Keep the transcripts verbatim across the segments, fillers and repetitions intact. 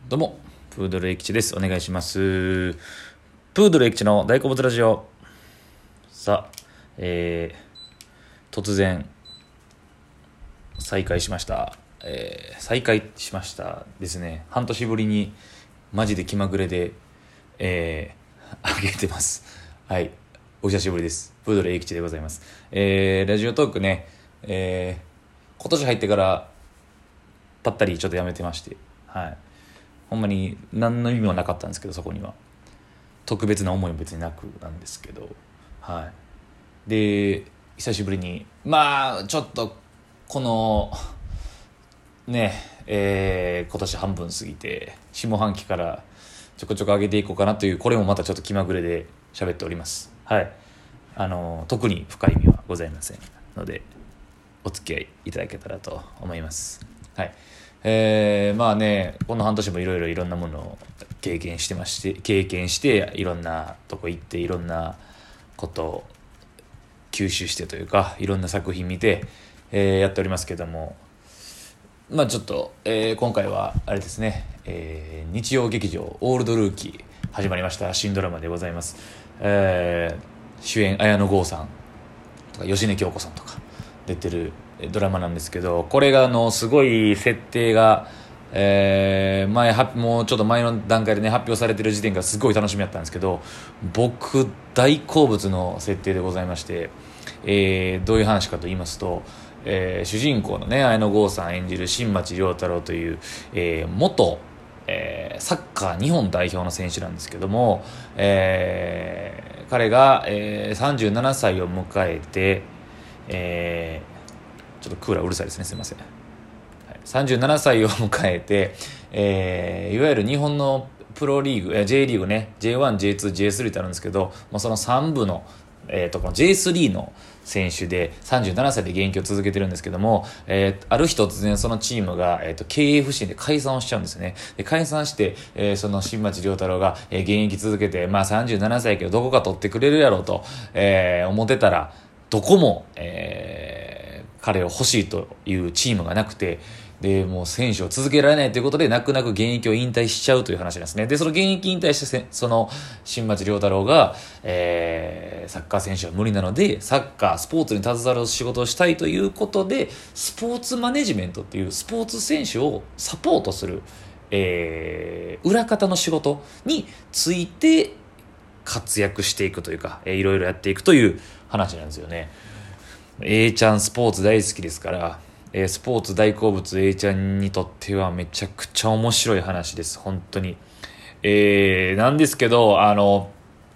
どうもプードルエキチです。お願いします。プードルエキチの大好物ラジオ。さあ、えー、突然再開しました、えー、再開しましたですね。半年ぶりにマジで気まぐれでえー、上げてます。はい、お久しぶりです。プードルエキチでございます。えー、ラジオトークね、えー、今年入ってからぱったりちょっとやめてまして、はい、ほんまに何の意味もなかったんですけど、そこには特別な思いも別になくなんですけど、はい、で久しぶりにまあちょっとこのねえー、今年半分過ぎて下半期からちょこちょこ上げていこうかなという、これもまたちょっと気まぐれで喋っております。はい、あの特に深い意味はございませんのでお付き合いいただけたらと思います。はい、えー、まあね、この半年もいろいろいろんなものを経験してまして経験していろんなとこ行っていろんなことを吸収してというか、いろんな作品見て、えー、やっておりますけども、まあちょっと、えー、今回はあれですね、えー、日曜劇場オールドルーキー始まりました新ドラマでございます。えー、主演綾野剛さんとか芳根京子さんとか出てるドラマなんですけど、これがあのすごい設定が、えー、前はもうちょっと前の段階でね発表されてる時点がすごい楽しみだったんですけど、僕大好物の設定でございまして、えー、どういう話かと言いますと、えー、主人公のね綾野剛さん演じる新町亮太郎という、えー、元えー、サッカー日本代表の選手なんですけども、えー、彼が、えー、さんじゅうななさいを迎えて、えー、ちょっとクーラーうるさいですね、すいません、はい、さんじゅうななさいを迎えて、えー、いわゆる日本のプロリーグ、えー、J リーグね ジェイワン、ジェイツー、ジェイスリー ってあるんですけど、まあ、そのさん部のえー、とこの ジェイスリー の選手でさんじゅうななさいで現役を続けてるんですけども、えー、ある日突然そのチームが、えー、と経営不振で解散をしちゃうんですね。で解散して、えー、その新町亮太郎が、えー、現役続けて、まあ、さんじゅうななさいやけどどこか取ってくれるやろうと、えー、思ってたらどこも、えー、彼を欲しいというチームがなくて、でもう選手を続けられないということで泣く泣く現役を引退しちゃうという話なんですね。でその現役引退してその新町亮太郎が、えー、サッカー選手は無理なのでサッカースポーツに携わる仕事をしたいということで、スポーツマネジメントっていうスポーツ選手をサポートする、えー、裏方の仕事について活躍していくというか、えー、いろいろやっていくという話なんですよね。A ちゃんスポーツ大好きですから、えー、スポーツ大好物 A ちゃんにとってはめちゃくちゃ面白い話です本当に。えー、なんですけどあの、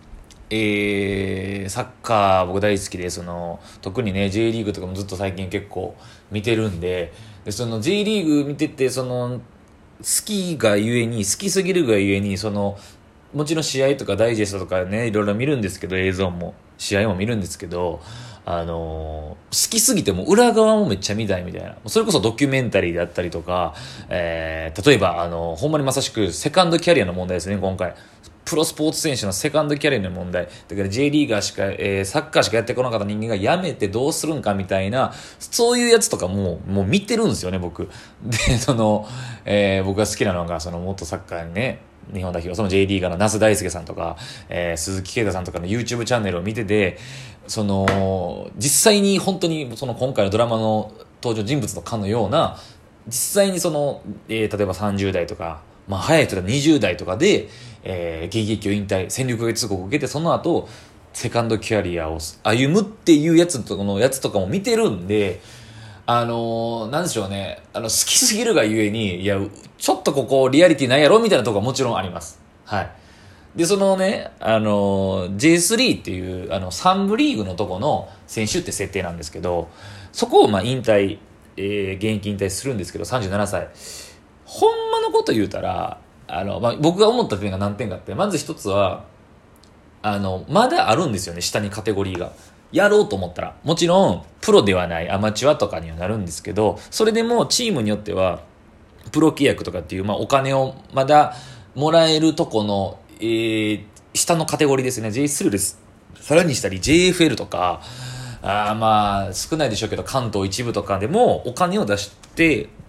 えー、サッカー僕大好きで、その特にね J リーグとかもずっと最近結構見てるんで、でその J リーグ見ててその好きがゆえに好きすぎるがゆえに、そのもちろん試合とかダイジェストとかねいろいろ見るんですけど、映像も試合も見るんですけど、あのー、好きすぎても裏側もめっちゃ見たいみたいな、それこそドキュメンタリーであったりとか、えー、例えば、あのー、ほんまにまさしくセカンドキャリアの問題ですね。今回プロスポーツ選手のセカンドキャリアの問題だから J リーガーしか、えー、サッカーしかやってこなかった人間が辞めてどうするんかみたいな、そういうやつとかももう見てるんですよね僕で。その、えー、僕が好きなのがその元サッカーにね日本代表その J リーガーの那須大輔さんとか、えー、鈴木啓太さんとかの YouTube チャンネルを見てて、その実際に本当にその今回のドラマの登場人物のかのような、実際にその、えー、例えばさんじゅう代とか、まあ、早い人はにじゅう代とかで、えー、現役を引退戦力外通告を受けて、その後セカンドキャリアを歩むっていうやつとかのやつとかも見てるんで、あのー、なんでしょうね、あの好きすぎるがゆえに、いやちょっとここリアリティないやろみたいなところはもちろんあります。はい。でそのね、あのー、ジェイスリー っていうあのさん部リーグのとこの選手って設定なんですけど、そこをまあ引退、えー、現役引退するんですけどさんじゅうななさい、ほんまのこと言うたら、あの、まあ、僕が思った点が何点かあって、まず一つはあのまだあるんですよね、下にカテゴリーが。やろうと思ったらもちろんプロではないアマチュアとかにはなるんですけど、それでもチームによってはプロ契約とかっていう、まあ、お金をまだもらえるとこの、えー、下のカテゴリーですね ジェイスリー です。さらにしたり ジェイエフエル とか、あまあ少ないでしょうけど関東一部とかでもお金を出して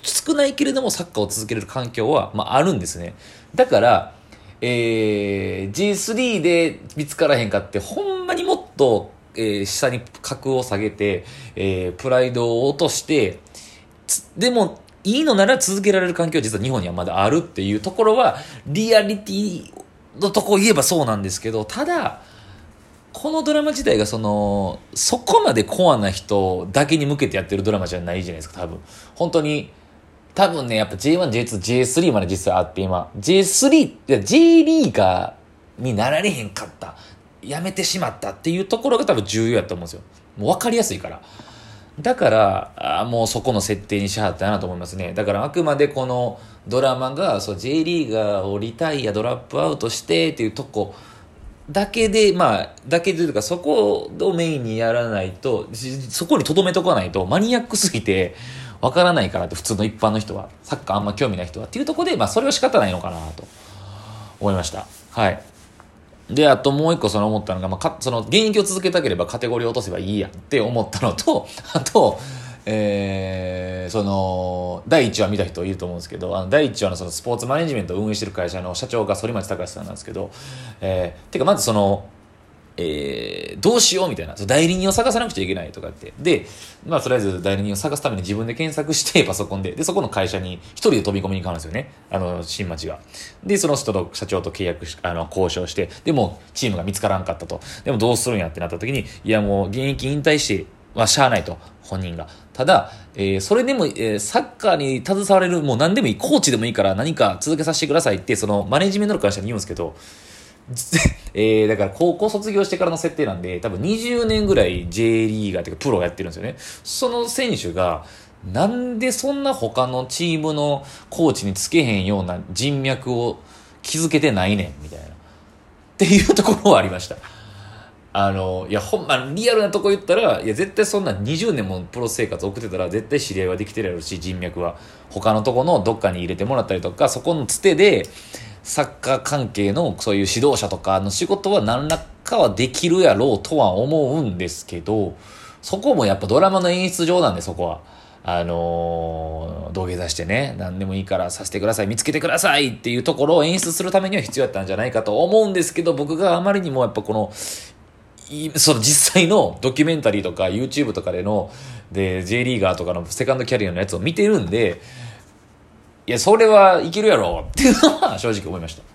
少ないけれどもサッカーを続けれる環境は、まあ、あるんですね。だから、えー、ジースリー で見つからへんかって、ほんまにもっと、えー、下に格を下げて、えー、プライドを落として、でも、いいのなら続けられる環境は実は日本にはまだあるっていうところは、リアリティのとこを言えばそうなんですけど、ただ、このドラマ自体がその、そこまでコアな人だけに向けてやってるドラマじゃないじゃないですか、多分。本当に、多分ね、やっぱ ジェイワン、ジェイツー、ジェイスリー まで実際あって今、ジェイスリー、いや J リーガーになられへんかった。やめてしまったっていうところが多分重要やと思うんですよ。もう分かりやすいから。だから、あもうそこの設定にしはったなと思いますね。だからあくまでこのドラマが、そう J リーガーをリタイア、ドラップアウトしてっていうとこだけで、まあ、だけでというかそこをメインにやらないと、そこに留めとかないとマニアックすぎてわからないからって、普通の一般の人は、サッカーあんま興味ない人はっていうところで、まあそれは仕方ないのかなと思いました。はい。で、あともう一個その思ったのが、まあ、か、その、現役を続けたければカテゴリーを落とせばいいやんって思ったのと、あと、えー、その、だいいちわ見た人いると思うんですけど、あの、だいいちわのそのスポーツマネジメントを運営してる会社の社長が反町隆史さんなんですけど、えー、てかまずその、えー、どうしようみたいな。代理人を探さなくちゃいけないとかって。で、まあ、とりあえず代理人を探すために自分で検索して、パソコンで。で、そこの会社に一人で飛び込みに行くんですよね。あの、新町が。で、その人と社長と契約し、あの、交渉して、でも、チームが見つからんかったと。でも、どうするんやってなった時に、いや、もう、現役引退してはしゃあないと。本人が。ただ、えー、それでも、えー、サッカーに携われる、もう何でもいい、コーチでもいいから何か続けさせてくださいって、その、マネジメントの会社に言うんですけど、えー、だから高校卒業してからの設定なんで、多分にじゅうねんぐらい J リーガーというかプロをやってるんですよね。その選手が、なんでそんな他のチームのコーチにつけへんような人脈を築けてないねん、みたいな。っていうところはありました。あの、いや、ほんま、リアルなとこ言ったら、いや、絶対そんなにじゅうねんもプロ生活送ってたら、絶対知り合いはできてるやろし、人脈は。他のとこのどっかに入れてもらったりとか、そこのつてで、サッカー関係のそういう指導者とかの仕事は何らかはできるやろうとは思うんですけど、そこもやっぱドラマの演出上なんで、そこは。あのー、土下座してね、何でもいいからさせてください、見つけてくださいっていうところを演出するためには必要だったんじゃないかと思うんですけど、僕があまりにもやっぱこの、その実際のドキュメンタリーとか YouTube とかでの、で、J リーガーとかのセカンドキャリアのやつを見てるんで、いや、それはいけるやろっていうのは正直思いました。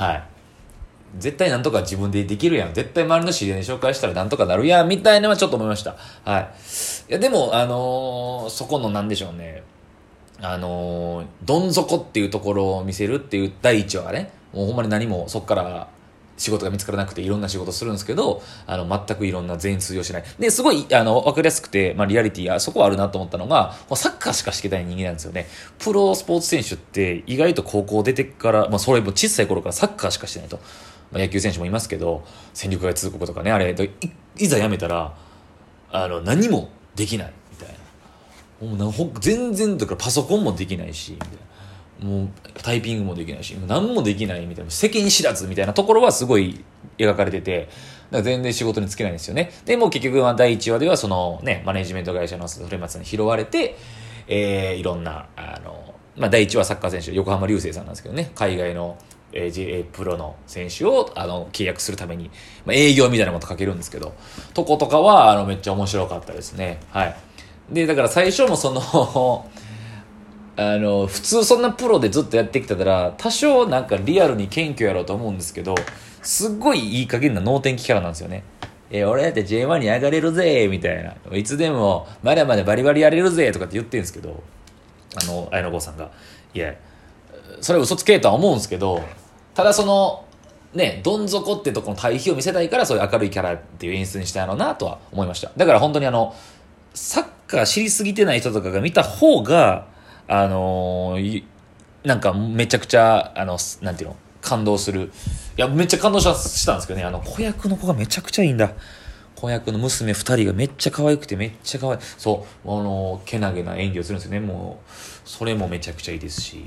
はい。絶対なんとか自分でできるやん。絶対周りの知り合いに紹介したらなんとかなるやん。みたいなのはちょっと思いました。はい。いや、でも、あのー、そこのなんでしょうね。あのー、どん底っていうところを見せるっていう第一話がね、もうほんまに何もそっから仕事が見つからなくていろんな仕事するんですけど、あの、全くいろんな全員通用しない。で、すごい、あの、わかりやすくて、まあ、リアリティがそこはあるなと思ったのが、サッカーしかしてない人間なんですよね。プロスポーツ選手って意外と高校出てから、まあ、それも小さい頃からサッカーしかしてないと。まあ、野球選手もいますけど、戦力外通告とかね、あれ、い、いざ辞めたら、あの、何もできない、みたいな。もうほ全然、だからパソコンもできないし、みたいな。もうタイピングもできないし、もう何もできないみたいな、世間知らずみたいなところはすごい描かれてて、だから全然仕事に就けないんですよね。で、もう結局はだいいちわではそのね、マネジメント会社の反町さんに拾われて、えー、いろんな、あの、まあだいいちわサッカー選手、横浜流星さんなんですけどね、海外の、えー、J プロの選手をあの契約するために、まあ、営業みたいなことかけるんですけど、とことかはあのめっちゃ面白かったですね。はい。で、だから最初もその、あの、普通そんなプロでずっとやってきたら、多少なんかリアルに謙虚やろうと思うんですけど、すっごいいい加減な能天気キャラなんですよね。えー、俺だって ジェイワン に上がれるぜみたいな。いつでも、まだまだバリバリやれるぜとかって言ってるんですけど、あの、綾野剛さんが。いや、それは嘘つけとは思うんですけど、ただその、ね、どん底ってとこの対比を見せたいから、そういう明るいキャラっていう演出にしたいのなとは思いました。だから本当にあの、サッカー知りすぎてない人とかが見た方が、あのー、なんかめちゃくちゃ、あの、なんていうの、感動する。いや、めっちゃ感動したしたんですけどね、あの、子役の子がめちゃくちゃいいんだ。子役の娘二人がめっちゃ可愛くてめっちゃ可愛い。そう、あのー、けなげな演技をするんですよね、もう。それもめちゃくちゃいいですし。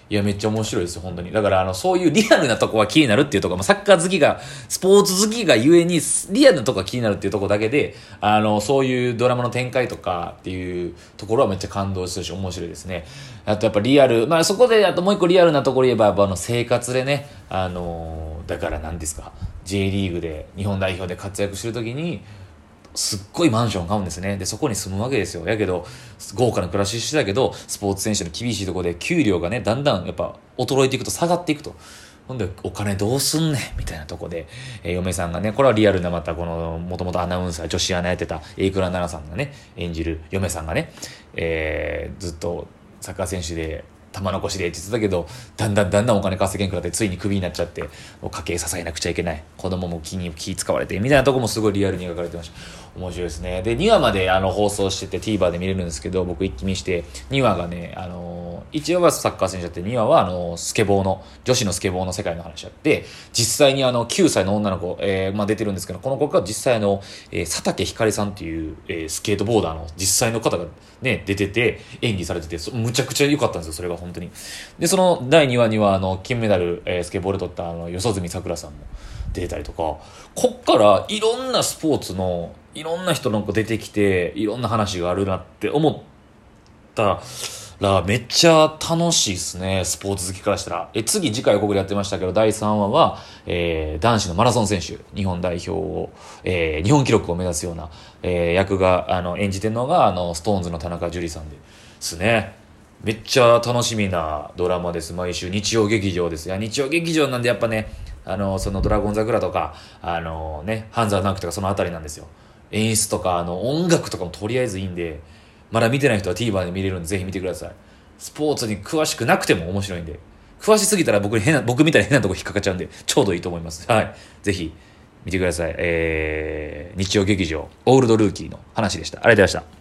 いや、めっちゃ面白いですよ、本当に。だから、あの、そういうリアルなとこは気になるっていうところ、サッカー好きが、スポーツ好きがゆえに、リアルなとこが気になるっていうところだけで、あの、そういうドラマの展開とかっていうところはめっちゃ感動するし、面白いですね。あとやっぱリアル、まあそこで、あともう一個リアルなところ言えば、やっぱあの、生活でね、あの、だから何ですか、J リーグで、日本代表で活躍してるときに、すっごいマンション買うんですね。で、そこに住むわけですよ。やけど、豪華な暮らししてたけど、スポーツ選手の厳しいところで給料がね、だんだんやっぱ衰えていくと下がっていくと。ほんで、お金どうすんねんみたいなとこで、えー、嫁さんがね、これはリアルなまたこの、もともとアナウンサー、女子アナやってた、榮倉奈々さんがね、演じる嫁さんがね、えー、ずっとサッカー選手で、玉残しでって言ってたけど、だんだんだんだんお金稼げんくなって、ついにクビになっちゃって、家計支えなくちゃいけない。子供も気に気使われて、みたいなとこもすごいリアルに描かれてました。面白いですね。で、にわまであの放送してて TVer で見れるんですけど、僕一気見して、にわがね、あのー、いちわはサッカー選手だって、にわはあのー、スケボーの、女子のスケボーの世界の話あって、実際にあの、きゅうさいの女の子、えー、まあ出てるんですけど、この子が実際の、えー、佐竹ひかりさんっていう、えー、スケートボーダーの実際の方がね、出てて、演技されてて、むちゃくちゃ良かったんですよ、それが本当に。で、そのだいにわには、あの、金メダル、えー、スケボーで取ったあの、四十住さくらさんも出てたりとか、こっからいろんなスポーツの、いろんな人なんか出てきて、いろんな話があるなって思ったら、めっちゃ楽しいですね、スポーツ好きからしたら。え、次、次回予告でやってましたけど、だいさんわは、えー、男子のマラソン選手、日本代表を、えー、日本記録を目指すような、えー、役が、あの、演じてるのが、あの、ストーンズの田中樹さんですね。めっちゃ楽しみなドラマです。毎週日曜劇場です。いや、日曜劇場なんでやっぱね、あの、そのドラゴン桜とか、あのね、半沢直樹とかそのあたりなんですよ。演出とか、あの、音楽とかもとりあえずいいんで、まだ見てない人は TVer で見れるんで、ぜひ見てください。スポーツに詳しくなくても面白いんで、詳しすぎたら僕に変な、僕みたいな変なとこ引っかかっちゃうんで、ちょうどいいと思います。はい。ぜひ、見てください。えー、日曜劇場、オールドルーキーの話でした。ありがとうございました。